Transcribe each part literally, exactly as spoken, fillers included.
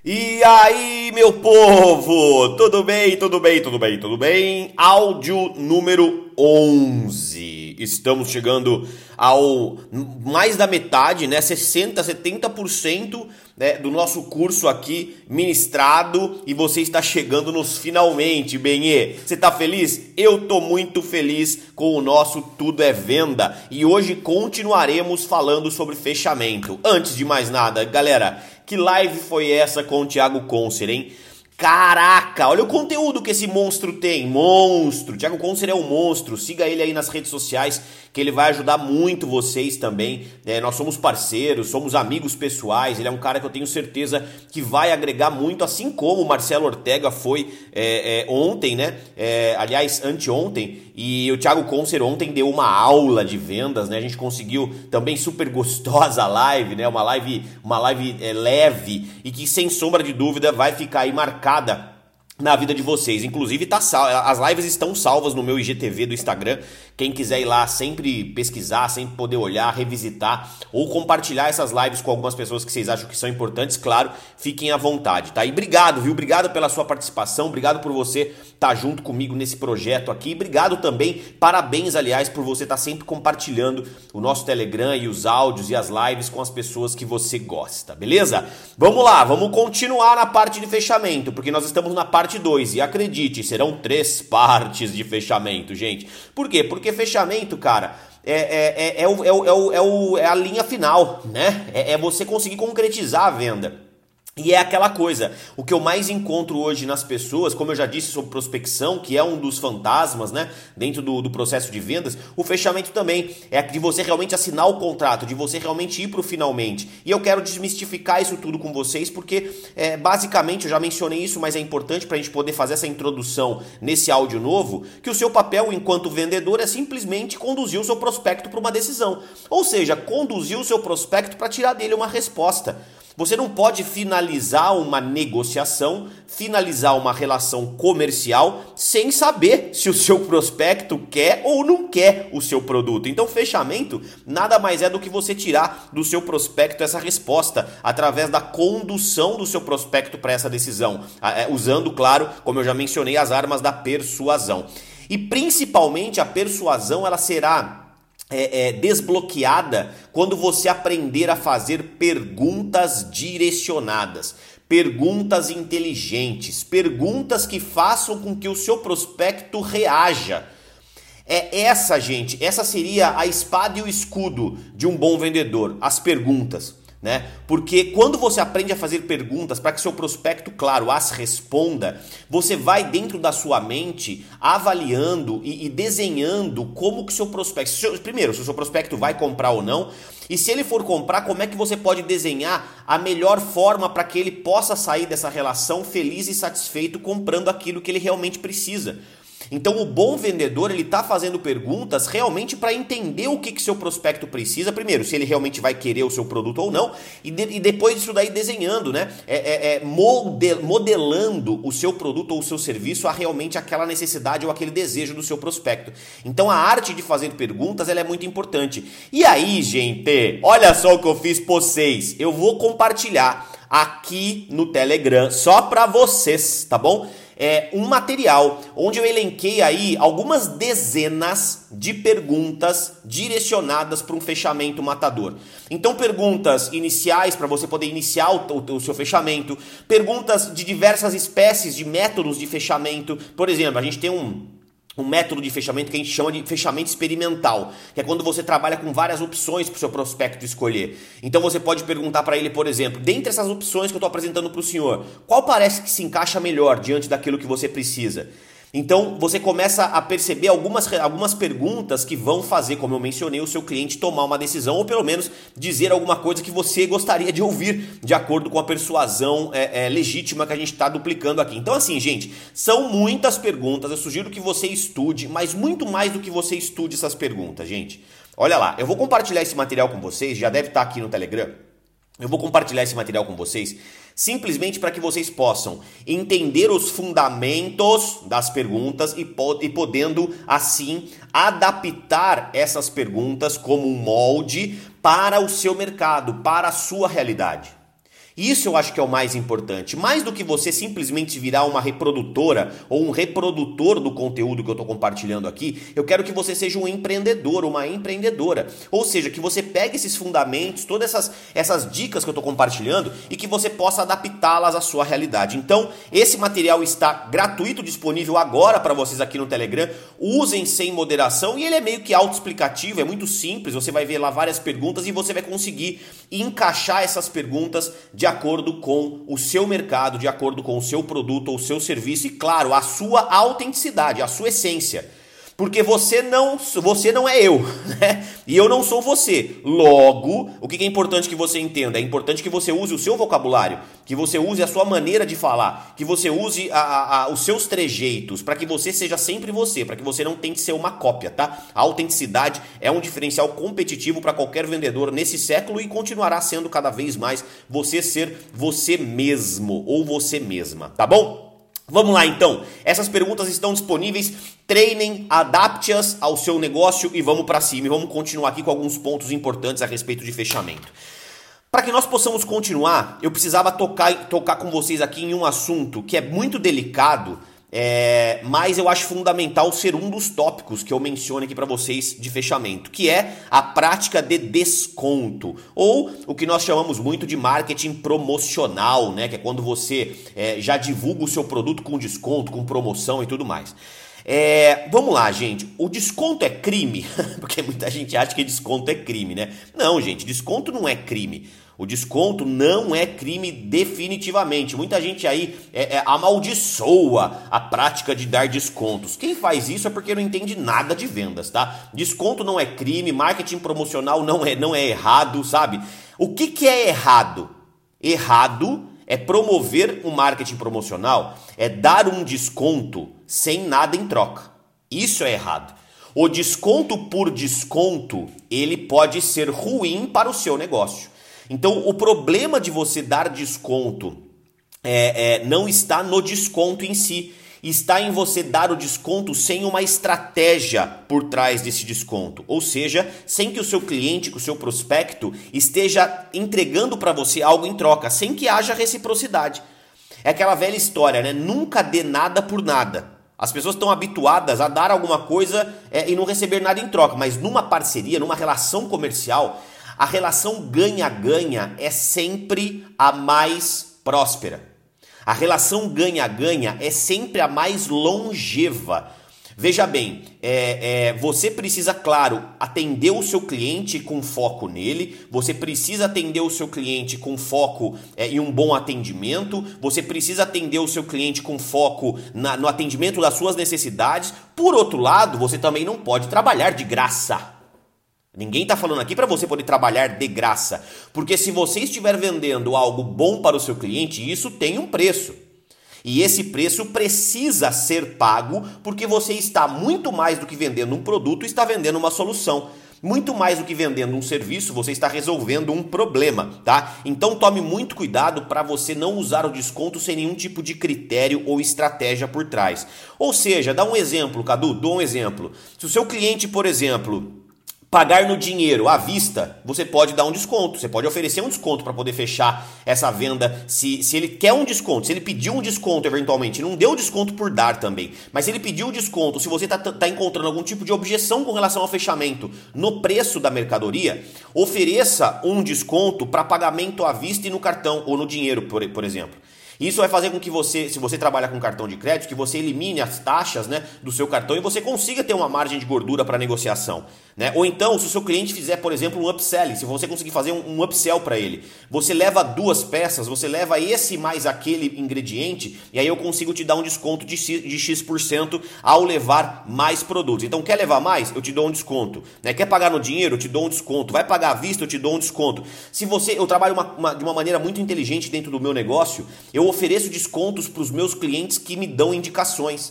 E aí, meu povo? Tudo bem, tudo bem, tudo bem, tudo bem? Áudio número onze. Estamos chegando ao mais da metade, né? sessenta, setenta por cento, né, do nosso curso aqui ministrado e você está chegando nos finalmente, Benê. Você tá feliz? Eu tô muito feliz com o nosso Tudo é Venda e hoje continuaremos falando sobre fechamento. Antes de mais nada, galera, que live foi essa com o Thiago Concer, hein? Caraca, olha o conteúdo que esse monstro tem, monstro, Thiago Concer é um monstro, siga ele aí nas redes sociais que ele vai ajudar muito vocês também, é, nós somos parceiros, somos amigos pessoais, ele é um cara que eu tenho certeza que vai agregar muito, assim como o Marcelo Ortega foi é, é, ontem, né, é, aliás, anteontem, e o Thiago Concer ontem deu uma aula de vendas, né, a gente conseguiu também super gostosa a live, né, uma live, uma live é, leve e que sem sombra de dúvida vai ficar aí marcada na vida de vocês. Inclusive tá sal... as lives estão salvas no meu I G T V do Instagram. Quem quiser ir lá sempre pesquisar, sempre poder olhar, revisitar ou compartilhar essas lives com algumas pessoas que vocês acham que são importantes, claro, fiquem à vontade, tá? E obrigado, viu? Obrigado pela sua participação, obrigado por você estar junto comigo nesse projeto aqui. Obrigado também, parabéns, aliás, por você estar sempre compartilhando o nosso Telegram e os áudios e as lives com as pessoas que você gosta, beleza? Vamos lá, vamos continuar na parte de fechamento, porque nós estamos na parte Parte dois, e acredite, serão três partes de fechamento, gente. Por quê? Porque fechamento, cara, é, é, é, é, o, é, o, é, o, é, o, é a linha final, né? É, é você conseguir concretizar a venda. E é aquela coisa, o que eu mais encontro hoje nas pessoas, como eu já disse sobre prospecção, que é um dos fantasmas, né, dentro do, do processo de vendas, o fechamento também é de você realmente assinar o contrato, de você realmente ir para o finalmente. E eu quero desmistificar isso tudo com vocês, porque é, basicamente, eu já mencionei isso, mas é importante para a gente poder fazer essa introdução nesse áudio novo, que o seu papel enquanto vendedor é simplesmente conduzir o seu prospecto para uma decisão. Ou seja, conduzir o seu prospecto para tirar dele uma resposta. Você não pode finalizar uma negociação, finalizar uma relação comercial sem saber se o seu prospecto quer ou não quer o seu produto. Então, fechamento nada mais é do que você tirar do seu prospecto essa resposta através da condução do seu prospecto para essa decisão, usando, claro, como eu já mencionei, as armas da persuasão. E principalmente a persuasão ela será É, é, desbloqueada quando você aprender a fazer perguntas direcionadas, perguntas inteligentes, perguntas que façam com que o seu prospecto reaja. É essa, gente, essa seria a espada e o escudo de um bom vendedor, as perguntas. Né? Porque quando você aprende a fazer perguntas para que seu prospecto, claro, as responda, você vai dentro da sua mente avaliando e, e desenhando como que seu prospecto, seu, primeiro, se o seu prospecto vai comprar ou não, e se ele for comprar, como é que você pode desenhar a melhor forma para que ele possa sair dessa relação feliz e satisfeito comprando aquilo que ele realmente precisa. Então o bom vendedor, ele está fazendo perguntas realmente para entender o que, que seu prospecto precisa, primeiro, se ele realmente vai querer o seu produto ou não, e, de, e depois disso daí desenhando, né, é, é, é model, modelando o seu produto ou o seu serviço a realmente aquela necessidade ou aquele desejo do seu prospecto. Então a arte de fazer perguntas, ela é muito importante. E aí, gente, olha só o que eu fiz para vocês, eu vou compartilhar aqui no Telegram, só para vocês, tá bom? É um material onde eu elenquei aí algumas dezenas de perguntas direcionadas para um fechamento matador. Então, perguntas iniciais para você poder iniciar o, o, o seu fechamento, perguntas de diversas espécies de métodos de fechamento. Por exemplo, a gente tem um um método de fechamento que a gente chama de fechamento experimental, que é quando você trabalha com várias opções para o seu prospecto escolher. Então você pode perguntar para ele, por exemplo, dentre essas opções que eu estou apresentando para o senhor, qual parece que se encaixa melhor diante daquilo que você precisa? Então você começa a perceber algumas, algumas perguntas que vão fazer, como eu mencionei, o seu cliente tomar uma decisão ou pelo menos dizer alguma coisa que você gostaria de ouvir de acordo com a persuasão é, é, legítima que a gente está duplicando aqui. Então assim, gente, são muitas perguntas, eu sugiro que você estude, mas muito mais do que você estude essas perguntas, gente. Olha lá, eu vou compartilhar esse material com vocês, já deve estar aqui no Telegram. Eu vou compartilhar esse material com vocês simplesmente para que vocês possam entender os fundamentos das perguntas e, po- e podendo, assim, adaptar essas perguntas como um molde para o seu mercado, para a sua realidade. Isso eu acho que é o mais importante. Mais do que você simplesmente virar uma reprodutora ou um reprodutor do conteúdo que eu estou compartilhando aqui, eu quero que você seja um empreendedor, uma empreendedora. Ou seja, que você pegue esses fundamentos, todas essas, essas dicas que eu estou compartilhando e que você possa adaptá-las à sua realidade. Então, esse material está gratuito, disponível agora para vocês aqui no Telegram. Usem sem moderação e ele é meio que autoexplicativo, é muito simples. Você vai ver lá várias perguntas e você vai conseguir encaixar essas perguntas de acordo com o seu mercado, de acordo com o seu produto ou o seu serviço e, claro, a sua autenticidade, a sua essência. Porque você não, você não é eu, né? E eu não sou você. Logo, o que é importante que você entenda? É importante que você use o seu vocabulário, que você use a sua maneira de falar, que você use a, a, a, os seus trejeitos, para que você seja sempre você, para que você não tente ser uma cópia, tá? A autenticidade é um diferencial competitivo para qualquer vendedor nesse século e continuará sendo cada vez mais você ser você mesmo ou você mesma, tá bom? Vamos lá então, essas perguntas estão disponíveis, treinem, adapte-as ao seu negócio e vamos para cima e vamos continuar aqui com alguns pontos importantes a respeito de fechamento. Para que nós possamos continuar, eu precisava tocar, tocar com vocês aqui em um assunto que é muito delicado, é, mas eu acho fundamental ser um dos tópicos que eu menciono aqui para vocês de fechamento, que é a prática de desconto, ou o que nós chamamos muito de marketing promocional, né? Que é quando você é, já divulga o seu produto com desconto, com promoção e tudo mais. É, vamos lá, gente, o desconto é crime? Porque muita gente acha que desconto é crime, né? Não, gente, desconto não é crime. O desconto não é crime definitivamente. Muita gente aí é, é, amaldiçoa a prática de dar descontos. Quem faz isso é porque não entende nada de vendas, tá? Desconto não é crime, marketing promocional não é, não é errado, sabe? O que, que é errado? Errado é promover um marketing promocional, é dar um desconto sem nada em troca. Isso é errado. O desconto por desconto, ele pode ser ruim para o seu negócio. Então, o problema de você dar desconto é, é, não está no desconto em si, está em você dar o desconto sem uma estratégia por trás desse desconto. Ou seja, sem que o seu cliente, que o seu prospecto esteja entregando para você algo em troca, sem que haja reciprocidade. É aquela velha história, né? Nunca dê nada por nada. As pessoas estão habituadas a dar alguma coisa é, e não receber nada em troca, mas numa parceria, numa relação comercial, a relação ganha-ganha é sempre a mais próspera. A relação ganha-ganha é sempre a mais longeva. Veja bem, é, é, você precisa, claro, atender o seu cliente com foco nele, você precisa atender o seu cliente com foco é, em um bom atendimento, você precisa atender o seu cliente com foco na, no atendimento das suas necessidades. Por outro lado, você também não pode trabalhar de graça. Ninguém está falando aqui para você poder trabalhar de graça, porque se você estiver vendendo algo bom para o seu cliente, isso tem um preço. E esse preço precisa ser pago porque você está muito mais do que vendendo um produto, está vendendo uma solução. Muito mais do que vendendo um serviço, você está resolvendo um problema, tá? Então tome muito cuidado para você não usar o desconto sem nenhum tipo de critério ou estratégia por trás. Ou seja, dá um exemplo, Cadu, dou um exemplo. Se o seu cliente, por exemplo, pagar no dinheiro à vista, você pode dar um desconto, você pode oferecer um desconto para poder fechar essa venda, se, se ele quer um desconto, se ele pediu um desconto eventualmente, não deu desconto por dar também, mas se ele pediu um desconto, se você está tá encontrando algum tipo de objeção com relação ao fechamento no preço da mercadoria, ofereça um desconto para pagamento à vista e no cartão ou no dinheiro, por, por exemplo. Isso vai fazer com que você, se você trabalha com cartão de crédito, que você elimine as taxas, né, do seu cartão e você consiga ter uma margem de gordura para negociação, né? Ou então, se o seu cliente fizer, por exemplo, um upselling, se você conseguir fazer um, um upsell para ele, você leva duas peças, você leva esse mais aquele ingrediente e aí eu consigo te dar um desconto de X, de X por cento ao levar mais produtos. Então, quer levar mais? Eu te dou um desconto, né? Quer pagar no dinheiro? Eu te dou um desconto. Vai pagar à vista? Eu te dou um desconto. Se você, eu trabalho uma, uma, de uma maneira muito inteligente dentro do meu negócio, eu ofereço descontos para os meus clientes que me dão indicações.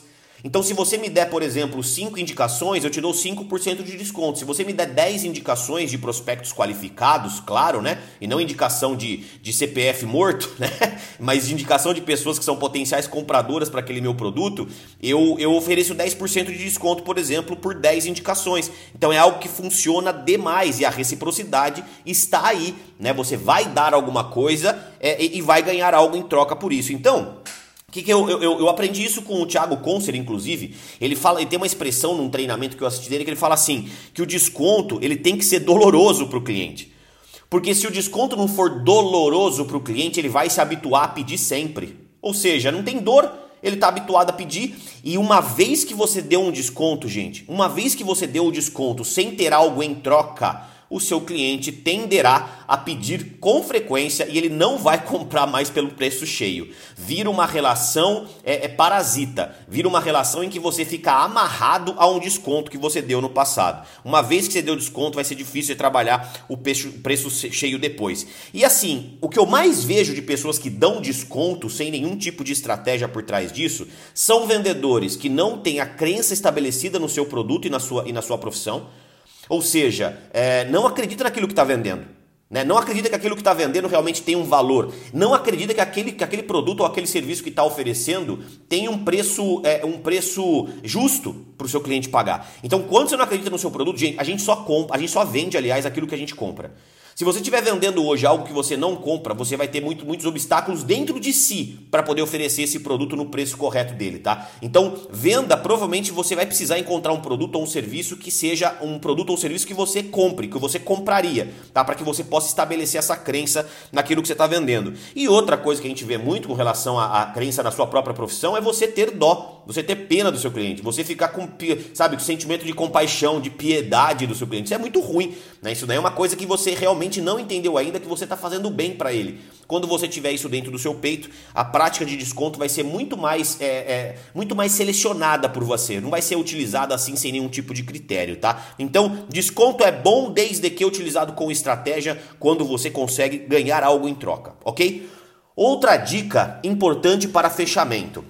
Então, se você me der, por exemplo, cinco indicações, eu te dou cinco por cento de desconto. Se você me der dez indicações de prospectos qualificados, claro, né? E não indicação de, de C P F morto, né? Mas indicação de pessoas que são potenciais compradoras para aquele meu produto, eu, eu ofereço dez por cento de desconto, por exemplo, por dez indicações. Então, é algo que funciona demais e a reciprocidade está aí, né? Você vai dar alguma coisa é, e vai ganhar algo em troca por isso. Então... Que que eu, eu, eu aprendi isso com o Thiago Concer, inclusive. Ele fala, ele tem uma expressão num treinamento que eu assisti dele que ele fala assim, que o desconto ele tem que ser doloroso para o cliente. Porque se o desconto não for doloroso para o cliente, ele vai se habituar a pedir sempre. Ou seja, não tem dor, ele está habituado a pedir. E uma vez que você deu um desconto, gente, uma vez que você deu o desconto sem ter algo em troca, o seu cliente tenderá a pedir com frequência e ele não vai comprar mais pelo preço cheio. Vira uma relação é, é parasita, vira uma relação em que você fica amarrado a um desconto que você deu no passado. Uma vez que você deu desconto, vai ser difícil de trabalhar o preço, preço cheio depois. E assim, o que eu mais vejo de pessoas que dão desconto sem nenhum tipo de estratégia por trás disso, são vendedores que não têm a crença estabelecida no seu produto e na sua, e na sua profissão. Ou seja, é, não acredita naquilo que está vendendo, né? Não acredita que aquilo que está vendendo realmente tem um valor. Não acredita que aquele, que aquele produto ou aquele serviço que está oferecendo tem um preço, é, um preço justo para o seu cliente pagar. Então, quando você não acredita no seu produto, gente, a gente só compra, a gente só vende, aliás, aquilo que a gente compra. Se você estiver vendendo hoje algo que você não compra, você vai ter muito, muitos obstáculos dentro de si para poder oferecer esse produto no preço correto dele, tá? Então, venda, provavelmente você vai precisar encontrar um produto ou um serviço que seja um produto ou um serviço que você compre, que você compraria, tá? Para que você possa estabelecer essa crença naquilo que você está vendendo. E outra coisa que a gente vê muito com relação à, à crença na sua própria profissão é você ter dó, você ter pena do seu cliente, você ficar com, sabe, com sentimento de compaixão, de piedade do seu cliente. Isso é muito ruim, né? Isso daí é uma coisa que você realmente não entendeu ainda que você está fazendo bem para ele. Quando você tiver isso dentro do seu peito, a prática de desconto vai ser muito mais, é, é, muito mais selecionada por você. Não vai ser utilizada assim sem nenhum tipo de critério, tá? Então, desconto é bom desde que utilizado com estratégia, quando você consegue ganhar algo em troca, ok? Outra dica importante para fechamento.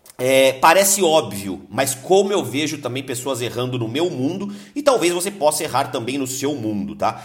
É, parece óbvio, mas como eu vejo também pessoas errando no meu mundo, e talvez você possa errar também no seu mundo, tá?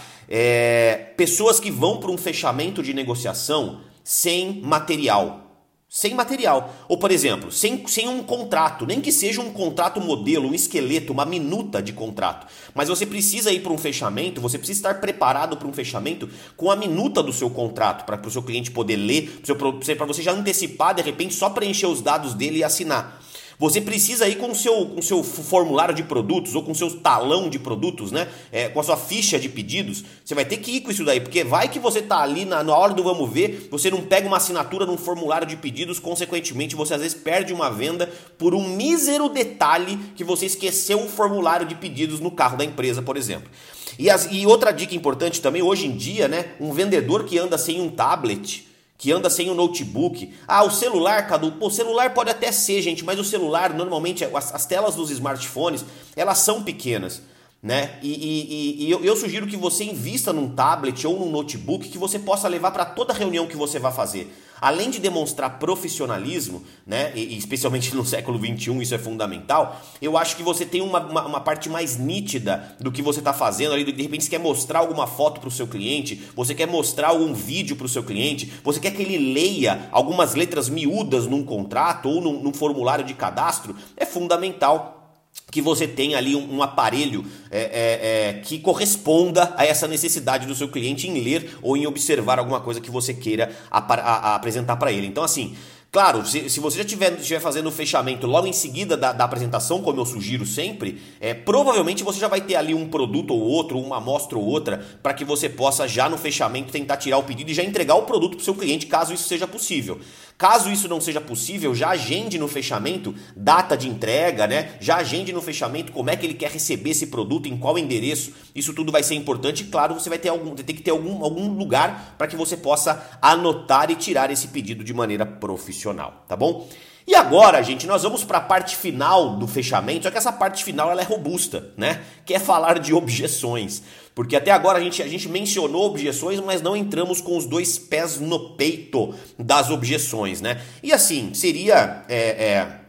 É, pessoas que vão para um fechamento de negociação sem material. Sem material. Ou, por exemplo, sem, sem um contrato, nem que seja um contrato modelo, um esqueleto, uma minuta de contrato. Mas você precisa ir para um fechamento, você precisa estar preparado para um fechamento com a minuta do seu contrato, para o seu cliente poder ler, para você já antecipar, de repente, só preencher os dados dele e assinar. Você precisa ir com o seu, com o seu formulário de produtos ou com o seu talão de produtos, né? É, com a sua ficha de pedidos. Você vai ter que ir com isso daí, porque vai que você tá ali na, na hora do vamos ver, você não pega uma assinatura num formulário de pedidos, consequentemente você às vezes perde uma venda por um mísero detalhe que você esqueceu o formulário de pedidos no carro da empresa, por exemplo. E, as, e outra dica importante também, hoje em dia, né? Um vendedor que anda sem um tablet, que anda sem um notebook. Ah, o celular, Cadu, pô, o celular pode até ser, gente, mas o celular, normalmente, as, as telas dos smartphones, elas são pequenas, né? E, e, e eu, eu sugiro que você invista num tablet ou num notebook que você possa levar para toda reunião que você vai fazer. Além de demonstrar profissionalismo, né, e especialmente no século vinte e um isso é fundamental, eu acho que você tem uma, uma, uma parte mais nítida do que você está fazendo ali. De repente você quer mostrar alguma foto para o seu cliente, você quer mostrar algum vídeo para o seu cliente, você quer que ele leia algumas letras miúdas num contrato ou num, num formulário de cadastro, é fundamental que você tenha ali um, um aparelho é, é, é, que corresponda a essa necessidade do seu cliente em ler ou em observar alguma coisa que você queira a, a, a apresentar para ele. Então, assim, claro, se, se você já estiver estiver fazendo o fechamento logo em seguida da, da apresentação, como eu sugiro sempre, é, provavelmente você já vai ter ali um produto ou outro, uma amostra ou outra, para que você possa já no fechamento tentar tirar o pedido e já entregar o produto para o seu cliente, caso isso seja possível. Caso isso não seja possível, já agende no fechamento data de entrega, né? Já agende no fechamento como é que ele quer receber esse produto, em qual endereço. Isso tudo vai ser importante. E claro, você vai ter algum, tem que ter algum, algum lugar para que você possa anotar e tirar esse pedido de maneira profissional, tá bom? E agora, gente, nós vamos para a parte final do fechamento, só que essa parte final ela é robusta, né? Que é falar de objeções. Porque até agora a gente, a gente mencionou objeções, mas não entramos com os dois pés no peito das objeções, né? E assim, seria... É, é,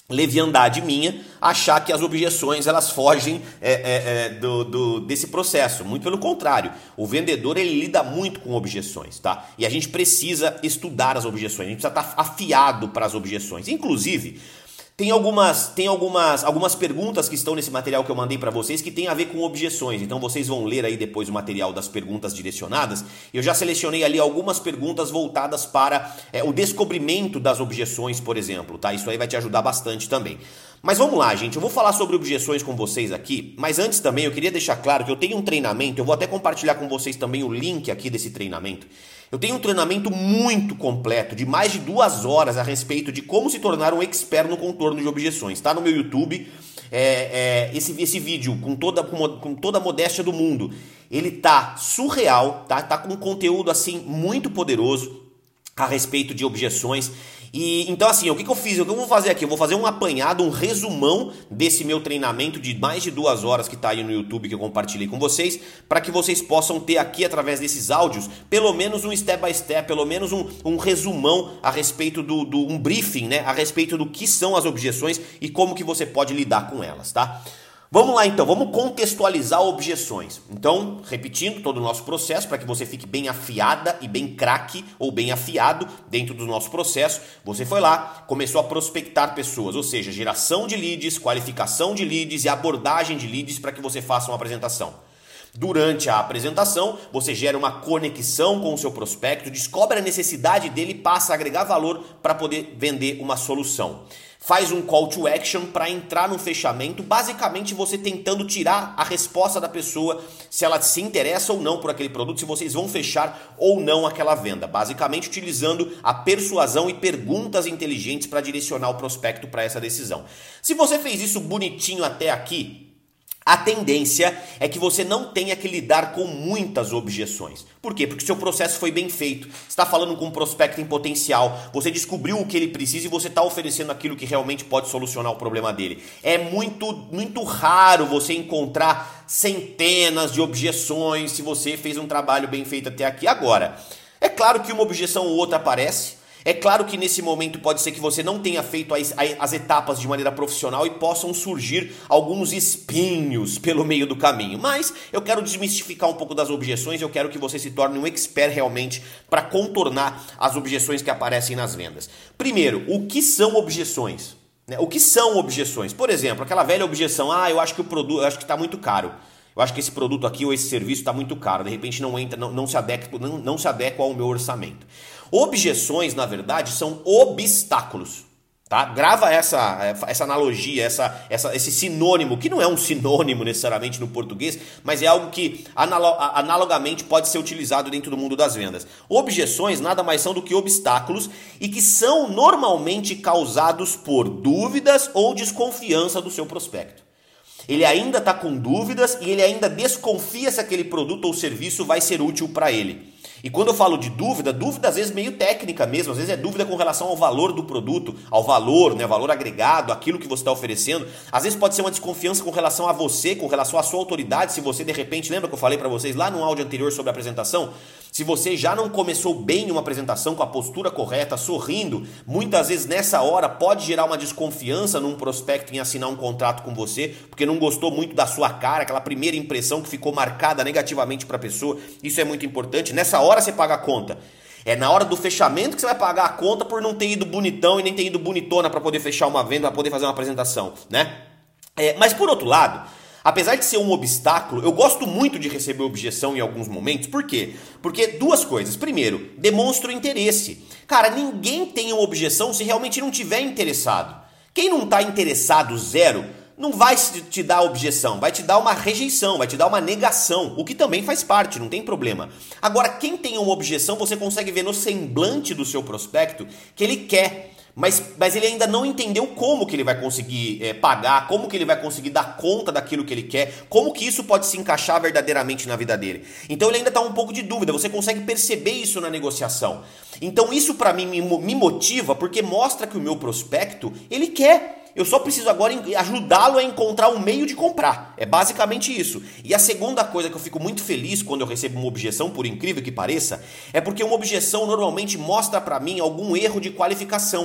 leviandade minha achar que as objeções elas fogem é, é, é, do, do, desse processo. Muito pelo contrário, o vendedor ele lida muito com objeções, tá? E a gente precisa estudar as objeções, a gente precisa estar afiado para as objeções. Inclusive, tem algumas, tem algumas, algumas perguntas que estão nesse material que eu mandei para vocês que tem a ver com objeções. Então vocês vão ler aí depois o material das perguntas direcionadas. Eu já selecionei ali algumas perguntas voltadas para é, o descobrimento das objeções, por exemplo, tá? Isso aí vai te ajudar bastante também. Mas vamos lá, gente, eu vou falar sobre objeções com vocês aqui, mas antes também eu queria deixar claro que eu tenho um treinamento, eu vou até compartilhar com vocês também o link aqui desse treinamento. Eu tenho um treinamento muito completo, de mais de duas horas a respeito de como se tornar um expert no contorno de objeções. Está no meu YouTube, é, é, esse, esse vídeo com toda, com, com toda a modéstia do mundo, ele tá surreal, tá, tá com um conteúdo assim muito poderoso a respeito de objeções. E então assim, o que, que eu fiz? O que eu vou fazer aqui? Eu vou fazer um apanhado, um resumão desse meu treinamento de mais de duas horas que está aí no YouTube que eu compartilhei com vocês, para que vocês possam ter aqui através desses áudios, pelo menos um step by step, pelo menos um, um resumão a respeito do, do um briefing, né? A respeito do que são as objeções e como que você pode lidar com elas, tá? Vamos lá então, vamos contextualizar objeções. Então, repetindo todo o nosso processo para que você fique bem afiada e bem craque ou bem afiado dentro do nosso processo. Você foi lá, começou a prospectar pessoas, ou seja, geração de leads, qualificação de leads e abordagem de leads para que você faça uma apresentação. Durante a apresentação, você gera uma conexão com o seu prospecto, descobre a necessidade dele e passa a agregar valor para poder vender uma solução. Faz um call to action para entrar no fechamento, basicamente você tentando tirar a resposta da pessoa se ela se interessa ou não por aquele produto, se vocês vão fechar ou não aquela venda. Basicamente utilizando a persuasão e perguntas inteligentes para direcionar o prospecto para essa decisão. Se você fez isso bonitinho até aqui, a tendência é que você não tenha que lidar com muitas objeções. Por quê? Porque seu processo foi bem feito. Você está falando com um prospecto em potencial, você descobriu o que ele precisa e você está oferecendo aquilo que realmente pode solucionar o problema dele. É muito, muito raro você encontrar centenas de objeções se você fez um trabalho bem feito até aqui. Agora, é claro que uma objeção ou outra aparece. É claro que nesse momento pode ser que você não tenha feito as, as etapas de maneira profissional e possam surgir alguns espinhos pelo meio do caminho. Mas eu quero desmistificar um pouco das objeções, eu quero que você se torne um expert realmente para contornar as objeções que aparecem nas vendas. Primeiro, o que são objeções? O que são objeções? Por exemplo, aquela velha objeção, ah, eu acho que o produto, eu acho que está muito caro. Eu acho que esse produto aqui ou esse serviço está muito caro, de repente não entra, não, não, se adequa, não, não se adequa ao meu orçamento. Objeções, na verdade, são obstáculos. Tá? Grava essa, essa analogia, essa, essa, esse sinônimo, que não é um sinônimo necessariamente no português, mas é algo que analogamente pode ser utilizado dentro do mundo das vendas. Objeções nada mais são do que obstáculos e que são normalmente causados por dúvidas ou desconfiança do seu prospecto. Ele ainda está com dúvidas e ele ainda desconfia se aquele produto ou serviço vai ser útil para ele. E quando eu falo de dúvida, dúvida às vezes meio técnica mesmo, às vezes é dúvida com relação ao valor do produto, ao valor, né, valor agregado, aquilo que você está oferecendo. Às vezes pode ser uma desconfiança com relação a você, com relação à sua autoridade, se você de repente, lembra que eu falei para vocês lá no áudio anterior sobre a apresentação? Se você já não começou bem uma apresentação com a postura correta, sorrindo, muitas vezes nessa hora pode gerar uma desconfiança num prospecto em assinar um contrato com você, porque não gostou muito da sua cara, aquela primeira impressão que ficou marcada negativamente para a pessoa. Isso é muito importante. Nessa hora você paga a conta. É na hora do fechamento que você vai pagar a conta por não ter ido bonitão e nem ter ido bonitona para poder fechar uma venda, para poder fazer uma apresentação, né? É, mas por outro lado, apesar de ser um obstáculo, eu gosto muito de receber objeção em alguns momentos. Por quê? Porque duas coisas. Primeiro, demonstra o interesse. Cara, ninguém tem uma objeção se realmente não tiver interessado. Quem não está interessado, zero, não vai te dar objeção, vai te dar uma rejeição, vai te dar uma negação, o que também faz parte, não tem problema. Agora, quem tem uma objeção, você consegue ver no semblante do seu prospecto que ele quer. Mas, mas ele ainda não entendeu como que ele vai conseguir é, pagar, como que ele vai conseguir dar conta daquilo que ele quer, como que isso pode se encaixar verdadeiramente na vida dele. Então ele ainda está um pouco de dúvida, você consegue perceber isso na negociação. Então isso para mim me, me motiva porque mostra que o meu prospecto, ele quer. Eu só preciso agora ajudá-lo a encontrar um meio de comprar. É basicamente isso. E a segunda coisa que eu fico muito feliz quando eu recebo uma objeção, por incrível que pareça, é porque uma objeção normalmente mostra para mim algum erro de qualificação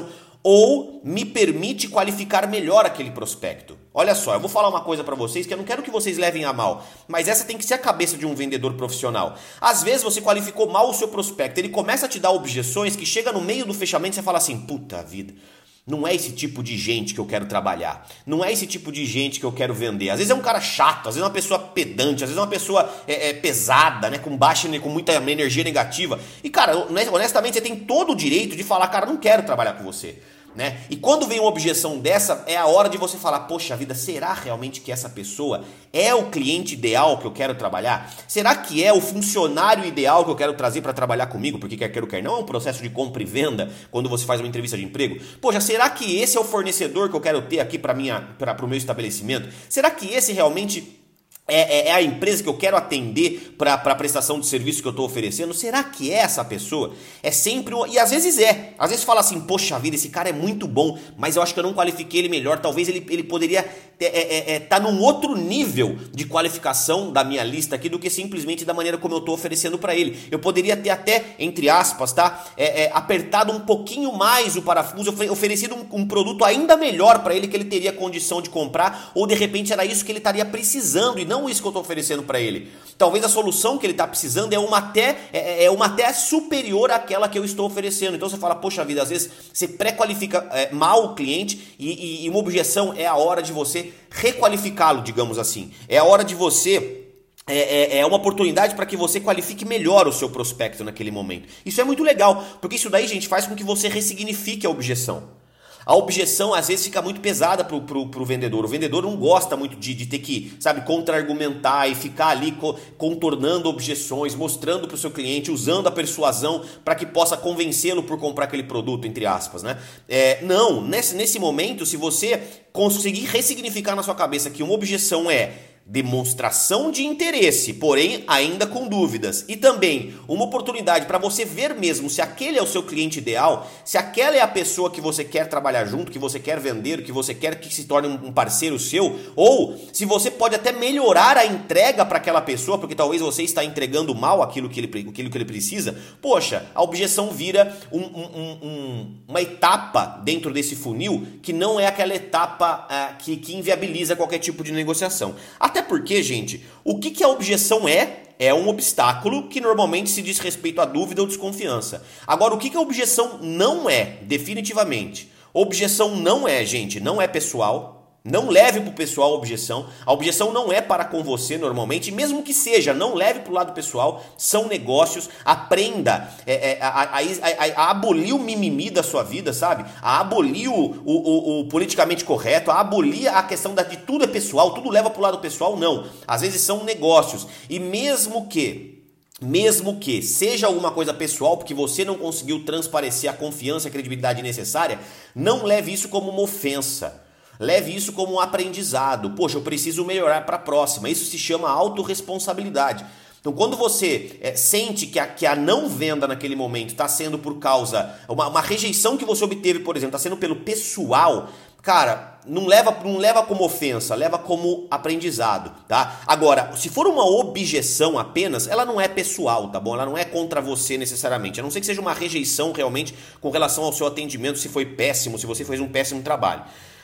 ou me permite qualificar melhor aquele prospecto. Olha só, eu vou falar uma coisa para vocês que eu não quero que vocês levem a mal, mas essa tem que ser a cabeça de um vendedor profissional. Às vezes você qualificou mal o seu prospecto, ele começa a te dar objeções que chega no meio do fechamento e você fala assim, puta vida, não é esse tipo de gente que eu quero trabalhar, não é esse tipo de gente que eu quero vender. Às vezes é um cara chato, às vezes é uma pessoa pedante, às vezes é uma pessoa é, é, pesada, né, com baixa, com muita energia negativa. E cara, honestamente você tem todo o direito de falar, cara, não quero trabalhar com você. Né? E quando vem uma objeção dessa, é a hora de você falar, poxa vida, será realmente que essa pessoa é o cliente ideal que eu quero trabalhar? Será que é o funcionário ideal que eu quero trazer para trabalhar comigo? Porque quer queira ou quer não, é um processo de compra e venda quando você faz uma entrevista de emprego. Poxa, será que esse é o fornecedor que eu quero ter aqui para o meu estabelecimento? Será que esse realmente... É, é, é a empresa que eu quero atender para a prestação de serviço que eu estou oferecendo? Será que é essa pessoa? É sempre... E às vezes é. Às vezes fala assim, poxa vida, esse cara é muito bom, mas eu acho que eu não qualifiquei ele melhor. Talvez ele, ele poderia estar é, é, tá num outro nível de qualificação da minha lista aqui do que simplesmente da maneira como eu estou oferecendo para ele. Eu poderia ter até, entre aspas, tá, é, é, apertado um pouquinho mais o parafuso, oferecido um, um produto ainda melhor para ele que ele teria condição de comprar, ou de repente era isso que ele estaria precisando e não Não isso que eu estou oferecendo para ele. Talvez a solução que ele está precisando é uma, até, é, é uma até superior àquela que eu estou oferecendo. Então você fala, poxa vida, às vezes você pré-qualifica é, mal o cliente e, e, e uma objeção é a hora de você requalificá-lo, digamos assim. É a hora de você... É, é, é uma oportunidade para que você qualifique melhor o seu prospecto naquele momento. Isso é muito legal, porque isso daí, gente, faz com que você ressignifique a objeção. A objeção às vezes fica muito pesada pro, pro, pro vendedor. O vendedor não gosta muito de, de ter que, sabe, contra-argumentar e ficar ali co contornando objeções, mostrando pro seu cliente, usando a persuasão para que possa convencê-lo por comprar aquele produto, entre aspas, né? É, não, nesse, nesse momento, se você conseguir ressignificar na sua cabeça que uma objeção é demonstração de interesse, porém ainda com dúvidas, e também uma oportunidade para você ver mesmo se aquele é o seu cliente ideal, se aquela é a pessoa que você quer trabalhar junto, que você quer vender, que você quer que se torne um parceiro seu, ou se você pode até melhorar a entrega para aquela pessoa, porque talvez você está entregando mal aquilo que ele, aquilo que ele precisa. Poxa, a objeção vira um, um, um, uma etapa dentro desse funil que não é aquela etapa uh, que, que inviabiliza qualquer tipo de negociação. Até porque, gente, o que, que a objeção é? É um obstáculo que normalmente se diz respeito à dúvida ou desconfiança. Agora, o que, que a objeção não é, definitivamente? Objeção não é, gente, não é pessoal. Não leve para o pessoal a objeção. A objeção não é para com você normalmente, mesmo que seja, não leve para o lado pessoal. São negócios. Aprenda é, é, a, a, a, a abolir o mimimi da sua vida, sabe? A abolir o, o, o, o politicamente correto, a abolir a questão da, de tudo é pessoal, tudo leva para o lado pessoal, não. Às vezes são negócios. E mesmo que... Mesmo que seja alguma coisa pessoal, porque você não conseguiu transparecer a confiança e a credibilidade necessária, não leve isso como uma ofensa. Leve isso como um aprendizado. Poxa, eu preciso melhorar para a próxima. Isso se chama autorresponsabilidade. Então, quando você é, sente que a, que a não venda naquele momento está sendo por causa... Uma, uma rejeição que você obteve, por exemplo, está sendo pelo pessoal... Cara, não leva, não leva como ofensa, leva como aprendizado, tá? Agora, se for uma objeção apenas, ela não é pessoal, tá bom? Ela não é contra você necessariamente, a não ser que seja uma rejeição realmente com relação ao seu atendimento, se foi péssimo, se você fez um péssimo trabalho.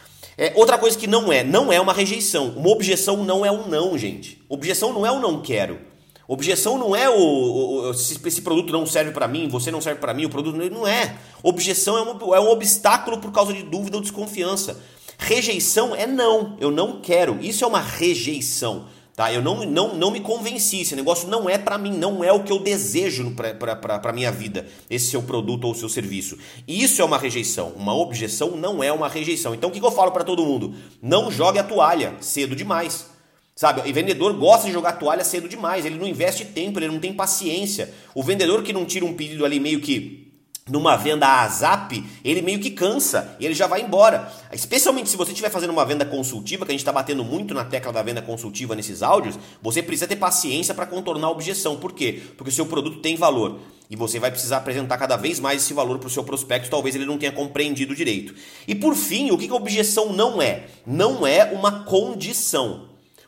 É, outra coisa que não é, não é uma rejeição. Uma objeção não é um não, gente. Objeção não é um não quero. Objeção não é o, o, o se esse produto não serve para mim, você não serve para mim, o produto não é. Objeção é um, é um obstáculo por causa de dúvida ou desconfiança. Rejeição é não, eu não quero. Isso é uma rejeição, tá? Eu não, não, não me convenci, esse negócio não é para mim, não é o que eu desejo para a minha vida, esse seu produto ou seu serviço. Isso é uma rejeição, uma objeção não é uma rejeição. Então o que, que eu falo para todo mundo? Não jogue a toalha cedo demais. Sabe, o vendedor gosta de jogar toalha cedo demais, ele não investe tempo, ele não tem paciência. O vendedor que não tira um pedido ali meio que numa venda a zap, ele meio que cansa e ele já vai embora. Especialmente se você estiver fazendo uma venda consultiva, que a gente está batendo muito na tecla da venda consultiva nesses áudios, você precisa ter paciência para contornar a objeção. Por quê? Porque o seu produto tem valor e você vai precisar apresentar cada vez mais esse valor para o seu prospecto, talvez ele não tenha compreendido direito. E por fim, o que a objeção não é? Não é uma condição.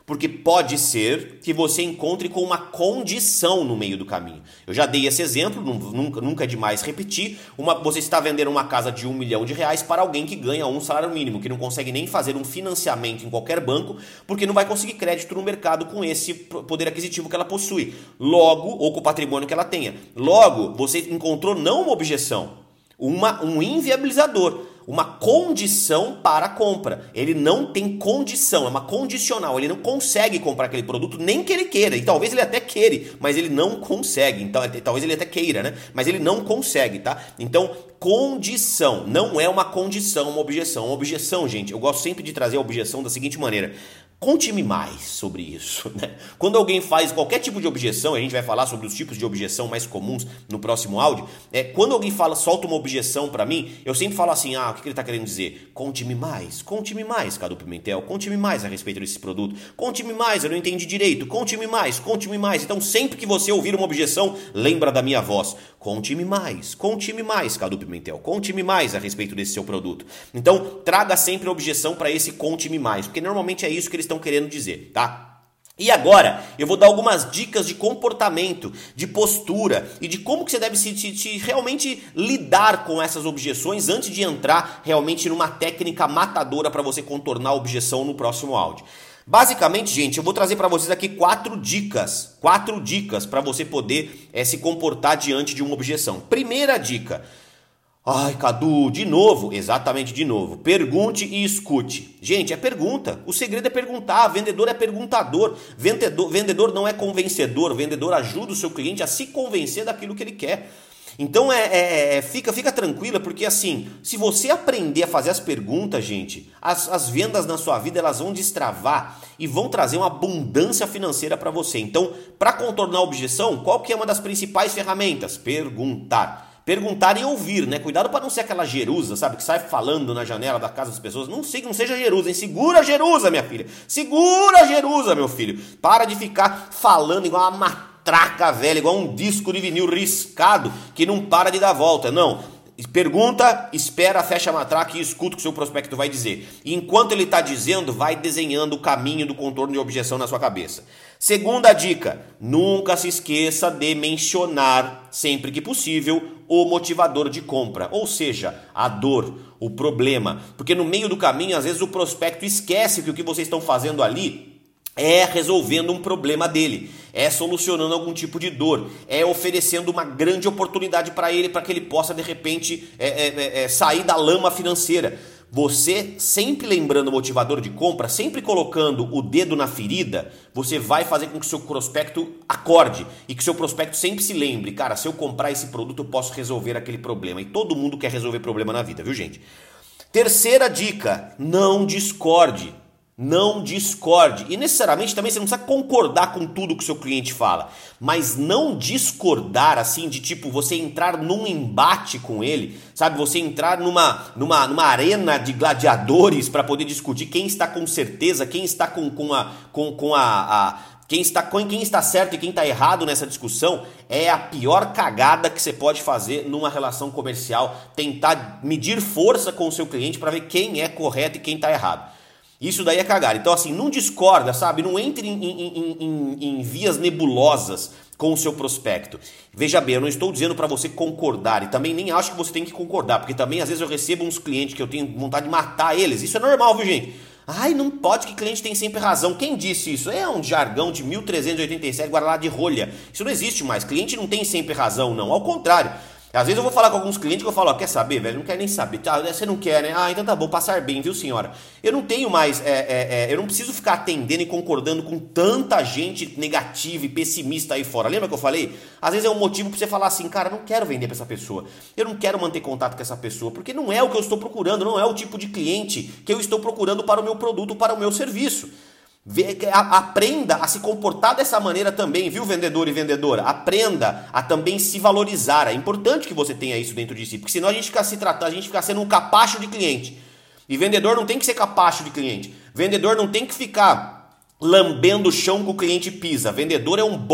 Porque pode ser que você encontre com uma condição no meio do caminho. Eu já dei esse exemplo, nunca, nunca é demais repetir. Uma, você está vendendo uma casa de um milhão de reais para alguém que ganha um salário mínimo, que não consegue nem fazer um financiamento em qualquer banco, porque não vai conseguir crédito no mercado com esse poder aquisitivo que ela possui. Logo, ou com o patrimônio que ela tenha. Logo, você encontrou não uma objeção, uma, um inviabilizador. Uma condição para a compra. Ele não tem condição, é uma condicional. Ele não consegue comprar aquele produto nem que ele queira. E talvez ele até queira, mas ele não consegue. Então, talvez ele até queira, né? Mas ele não consegue, tá? Então, condição. Não é uma condição, uma objeção. Uma objeção, gente, eu gosto sempre de trazer a objeção da seguinte maneira. Conte-me mais sobre isso, né? Quando alguém faz qualquer tipo de objeção, a gente vai falar sobre os tipos de objeção mais comuns no próximo áudio, é, quando alguém fala, solta uma objeção pra mim, eu sempre falo assim, ah, o que, que ele tá querendo dizer? Conte-me mais, conte-me mais, Cadu Pimentel, conte-me mais a respeito desse produto, conte-me mais, eu não entendi direito, conte-me mais, conte-me mais. Então sempre que você ouvir uma objeção, lembra da minha voz, conte-me mais, conte-me mais, Cadu Pimentel, conte-me mais a respeito desse seu produto. Então traga sempre a objeção para esse conte-me mais, porque normalmente é isso que eles estão querendo dizer, tá? E agora, eu vou dar algumas dicas de comportamento, de postura e de como que você deve se, se, se realmente lidar com essas objeções antes de entrar realmente numa técnica matadora para você contornar a objeção no próximo áudio. Basicamente, gente, eu vou trazer para vocês aqui quatro dicas, quatro dicas para você poder é, se comportar diante de uma objeção. Primeira dica. Ai, Cadu, de novo? Exatamente, de novo. Pergunte e escute. Gente, é pergunta. O segredo é perguntar. Vendedor é perguntador. Vendedor, vendedor não é convencedor. Vendedor ajuda o seu cliente a se convencer daquilo que ele quer. Então, é, é, é, fica, fica tranquila, porque assim, se você aprender a fazer as perguntas, gente, as, as vendas na sua vida, elas vão destravar e vão trazer uma abundância financeira para você. Então, para contornar a objeção, qual que é uma das principais ferramentas? Perguntar. Perguntar e ouvir, né? Cuidado para não ser aquela Jerusa, sabe? Que sai falando na janela da casa das pessoas. Não, sei, não seja Jerusa, hein? Segura a Jerusa, minha filha. Segura a Jerusa, meu filho. Para de ficar falando igual uma matraca velha, igual um disco de vinil riscado que não para de dar volta. Não. Pergunta, espera, fecha a matraca e escuta o que o seu prospecto vai dizer. E enquanto ele está dizendo, vai desenhando o caminho do contorno de objeção na sua cabeça. Segunda dica, nunca se esqueça de mencionar, sempre que possível, o motivador de compra. Ou seja, a dor, o problema. Porque no meio do caminho, às vezes o prospecto esquece que o que vocês estão fazendo ali é resolvendo um problema dele, é solucionando algum tipo de dor, é oferecendo uma grande oportunidade para ele, para que ele possa de repente é, é, é, sair da lama financeira. Você sempre lembrando o motivador de compra, sempre colocando o dedo na ferida, você vai fazer com que o seu prospecto acorde e que o seu prospecto sempre se lembre, cara, se eu comprar esse produto eu posso resolver aquele problema. E todo mundo quer resolver problema na vida, viu, gente? Terceira dica, não discorde. Não discorde. E necessariamente também você não precisa concordar com tudo que o seu cliente fala. Mas não discordar assim de tipo você entrar num embate com ele. Sabe, você entrar numa, numa, numa arena de gladiadores para poder discutir quem está com certeza, quem está com, com a... Com, com a, a Quem está, quem está certo e quem está errado nessa discussão é a pior cagada que você pode fazer numa relação comercial. Tentar medir força com o seu cliente para ver quem é correto e quem está errado. Isso daí é cagar. Então assim, não discorda, sabe? Não entre em, em, em, em vias nebulosas com o seu prospecto. Veja bem, eu não estou dizendo para você concordar e também nem acho que você tem que concordar, porque também às vezes eu recebo uns clientes que eu tenho vontade de matar eles. Isso é normal, viu, gente? Ai, não pode que cliente tem sempre razão. Quem disse isso? É um jargão de mil trezentos e oitenta e sete, guardado de rolha. Isso não existe mais. Cliente não tem sempre razão, não. Ao contrário. Às vezes eu vou falar com alguns clientes que eu falo, ó, quer saber, velho? Não quer nem saber. Tá, você não quer, né? Ah, então tá bom, passar bem, viu, senhora? Eu não tenho mais, é, é, é, eu não preciso ficar atendendo e concordando com tanta gente negativa e pessimista aí fora. Lembra que eu falei? Às vezes é um motivo pra você falar assim, cara, eu não quero vender pra essa pessoa. Eu não quero manter contato com essa pessoa, porque não é o que eu estou procurando, não é o tipo de cliente que eu estou procurando para o meu produto, para o meu serviço. Aprenda a se comportar dessa maneira também, viu, vendedor e vendedora? Aprenda a também se valorizar. É importante que você tenha isso dentro de si, porque senão a gente fica se tratando, a gente fica sendo um capacho de cliente. E vendedor não tem que ser capacho de cliente. Vendedor não tem que ficar lambendo o chão que o cliente pisa. Vendedor é um bom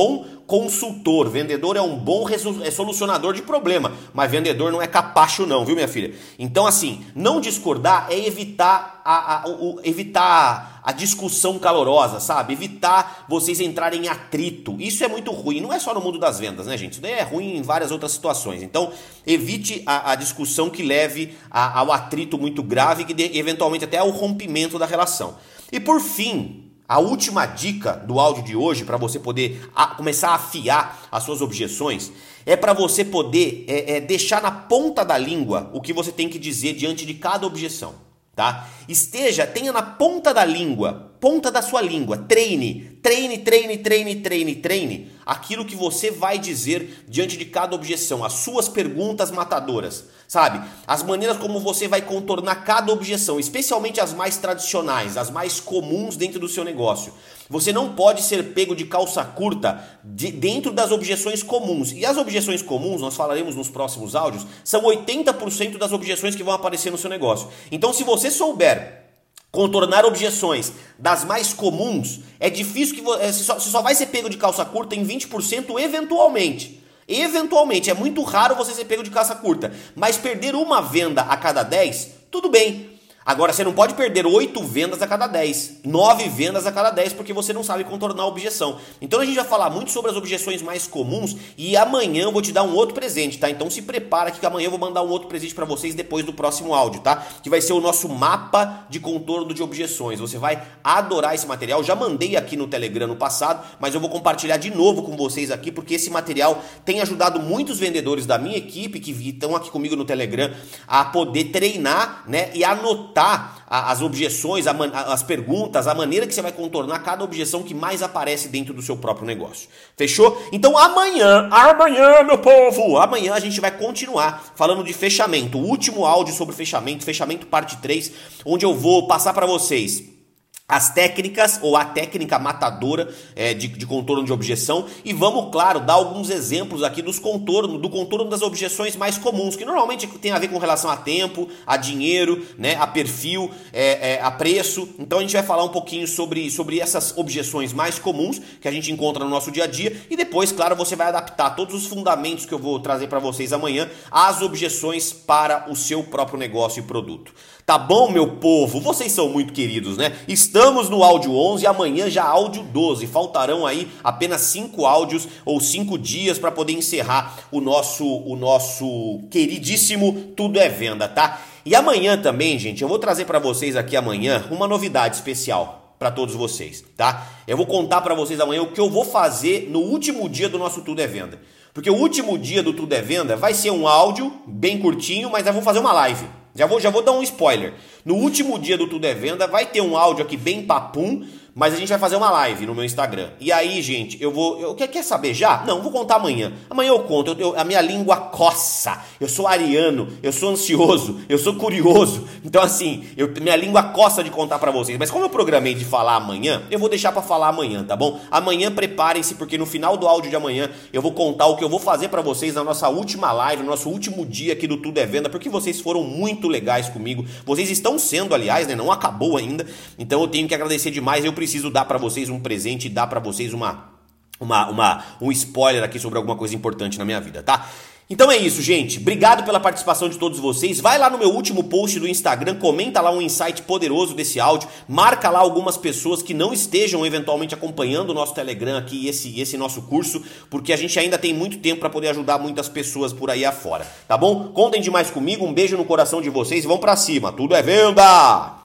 consultor. Vendedor é um bom solucionador de problema, mas vendedor não é capacho não, viu, minha filha? Então, assim, não discordar é evitar a, a, o, evitar a discussão calorosa, sabe? Evitar vocês entrarem em atrito. Isso é muito ruim. Não é só no mundo das vendas, né, gente? Isso daí é ruim em várias outras situações. Então, evite a, a discussão que leve a, ao atrito muito grave, que de, eventualmente até ao rompimento da relação. E por fim, a última dica do áudio de hoje, para você poder a, começar a afiar as suas objeções, é para você poder é, é, deixar na ponta da língua o que você tem que dizer diante de cada objeção, tá? Esteja, tenha na ponta da língua, ponta da sua língua, treine, treine, treine, treine, treine, treine aquilo que você vai dizer diante de cada objeção, as suas perguntas matadoras, sabe? As maneiras como você vai contornar cada objeção, especialmente as mais tradicionais, as mais comuns dentro do seu negócio. Você não pode ser pego de calça curta de, dentro das objeções comuns. E as objeções comuns, nós falaremos nos próximos áudios, são oitenta por cento das objeções que vão aparecer no seu negócio. Então, se você souber contornar objeções das mais comuns, é difícil que você só, você só vai ser pego de calça curta em vinte por cento eventualmente. Eventualmente, é muito raro você ser pego de calça curta, mas perder uma venda a cada dez, tudo bem. Agora, você não pode perder oito vendas a cada dez, nove vendas a cada dez, porque você não sabe contornar a objeção. Então a gente vai falar muito sobre as objeções mais comuns e amanhã eu vou te dar um outro presente, tá? Então se prepara que amanhã eu vou mandar um outro presente para vocês depois do próximo áudio, tá? Que vai ser o nosso mapa de contorno de objeções. Você vai adorar esse material. Já mandei aqui no Telegram no passado, mas eu vou compartilhar de novo com vocês aqui, porque esse material tem ajudado muitos vendedores da minha equipe que estão aqui comigo no Telegram a poder treinar, né, e anotar as objeções, as perguntas, a maneira que você vai contornar cada objeção que mais aparece dentro do seu próprio negócio. Fechou? Então amanhã, amanhã, meu povo, amanhã a gente vai continuar falando de fechamento. O último áudio sobre fechamento, fechamento parte três, onde eu vou passar para vocês as técnicas ou a técnica matadora é, de, de contorno de objeção e vamos, claro, dar alguns exemplos aqui dos contorno, do contorno das objeções mais comuns, que normalmente tem a ver com relação a tempo, a dinheiro, né, a perfil, é, é, a preço. Então a gente vai falar um pouquinho sobre, sobre essas objeções mais comuns que a gente encontra no nosso dia a dia e depois, claro, você vai adaptar todos os fundamentos que eu vou trazer para vocês amanhã às objeções para o seu próprio negócio e produto. Tá bom, meu povo? Vocês são muito queridos, né? Estamos no áudio onze e amanhã já áudio doze. Faltarão aí apenas cinco áudios ou cinco dias para poder encerrar o nosso, o nosso queridíssimo Tudo é Venda, tá? E amanhã também, gente, eu vou trazer para vocês aqui amanhã uma novidade especial para todos vocês, tá? Eu vou contar para vocês amanhã o que eu vou fazer no último dia do nosso Tudo é Venda. Porque o último dia do Tudo é Venda vai ser um áudio bem curtinho, mas eu vou fazer uma live. Já vou, já vou dar um spoiler. No último dia do Tudo é Venda vai ter um áudio aqui bem papum, mas a gente vai fazer uma live no meu Instagram. E aí, gente, eu vou... Eu, quer, quer saber já? Não, vou contar amanhã. Amanhã eu conto. Eu, eu, a minha língua coça. Eu sou ariano, eu sou ansioso, eu sou curioso. Então, assim, eu, minha língua coça de contar pra vocês. Mas como eu programei de falar amanhã, eu vou deixar pra falar amanhã, tá bom? Amanhã preparem-se, porque no final do áudio de amanhã eu vou contar o que eu vou fazer pra vocês na nossa última live, no nosso último dia aqui do Tudo é Venda, porque vocês foram muito legais comigo. Vocês estão sendo, aliás, né? Não acabou ainda. Então eu tenho que agradecer demais. Eu preciso dar para vocês um presente e dar para vocês uma, uma, uma, um spoiler aqui sobre alguma coisa importante na minha vida, tá? Então é isso, gente. Obrigado pela participação de todos vocês. Vai lá no meu último post do Instagram, comenta lá um insight poderoso desse áudio, marca lá algumas pessoas que não estejam eventualmente acompanhando o nosso Telegram aqui, esse, esse nosso curso, porque a gente ainda tem muito tempo para poder ajudar muitas pessoas por aí afora, tá bom? Contem demais comigo, um beijo no coração de vocês e vamos para cima. Tudo é venda!